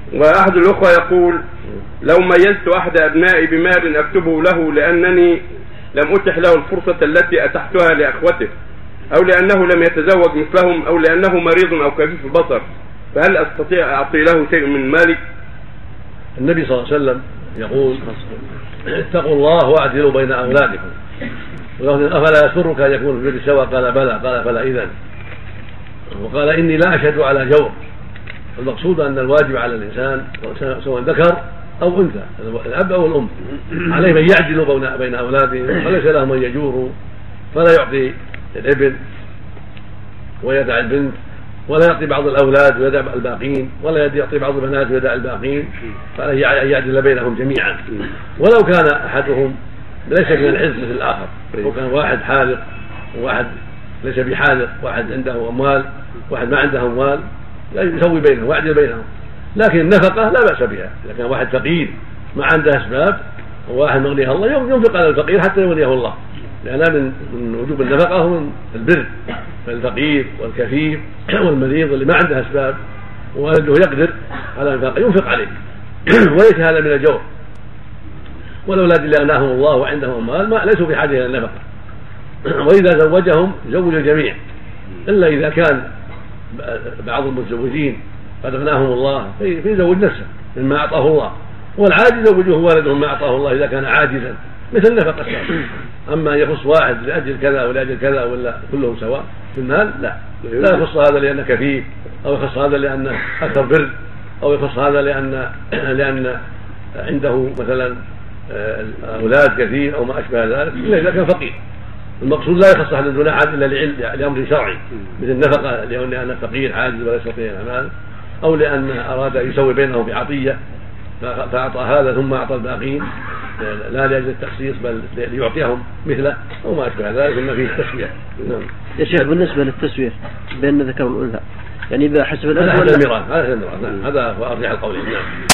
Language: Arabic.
وأحد الأخوة يقول: لو ميزت أحد أبنائي بمال أكتبه له لأنني لم أتح له الفرصة التي أتحتها لأخوته، أو لأنه لم يتزوج مثلهم، أو لأنه مريض أو كفيف البصر، فهل أستطيع أعطي له شيء من مالي؟ النبي صلى الله عليه وسلم يقول: اتقوا الله واعدلوا بين أولادكم، أفلا يسرك أن يكون في البر سواء؟ قال بلى. قال: فلا إذن. وقال: إني لا أشهد على جور. المقصود أن الواجب على الإنسان سواء ذكر أو أنثى، الأب أو الأم، عليه من يعدل بين أولادهم، وليس لهم من يجوروا، فلا يعطي الابن ويدع البنت، ولا يعطي بعض الأولاد ويدع الباقين، ولا يعطي بعض البنات ويدع الباقين، فعليه أن يعدل بينهم جميعا. ولو كان أحدهم ليس من الحزب مثل الآخر، لو كان واحد حاذق وواحد ليس بحاذق، واحد عنده أموال واحد ما عنده أموال، يسوي بينهم ويعدل بينهم. لكن النفقة لا بأس بها، إذا كان واحد فقير ما عنده أسباب وواحد مغنيه الله ينفق على الفقير حتى يغنيه الله، لأن من وجوب النفقة هو البر، فالفقير والكفيف والمريض اللي ما عنده أسباب ووالده يقدر على الفقر ينفق عليه وليس هذا من الجور. والأولاد اللي أغناهم الله وعندهم مال ما ليسوا في حاجة إلى النفقة، وإذا زوجهم يزوج الجميع، إلا إذا كان بعض المتزوجين قد أغناهم الله فيزوج نفسه مما أعطاه الله، والعاجز يزوجه والده مما أعطاه الله إذا كان عاجزا، مثل النفقة السابقة. أما يخص واحد لأجل كذا ولأجل كذا ولا كلهم سواء في المال، لا يخص هذا لأنه كفيف، أو يخص هذا لأنه أكثر بر، أو يخص هذا لأن عنده مثلا أولاد كثير أو ما أشبه ذلك، إلا إذا كان فقير. المقصود لا يخص أحد دون أحد إلا لأمر شرعي، مثل النفقة لأن فقير عاجز ولا يستطيع الأعمال، أو لأن أراد أن يسوي بينهم بعطية فأعطى هذا ثم أعطى الباقين، لا لأجل التخصيص بل ليعطيهم مثله أو ما أشبه ذلك، إن فيه تسوية. نعم. يا شيخ، بالنسبة للتسوية بين الذكر والأنثى، يعني إذا حسب هذا الميراث، هذا هو أرجح القولين. نعم.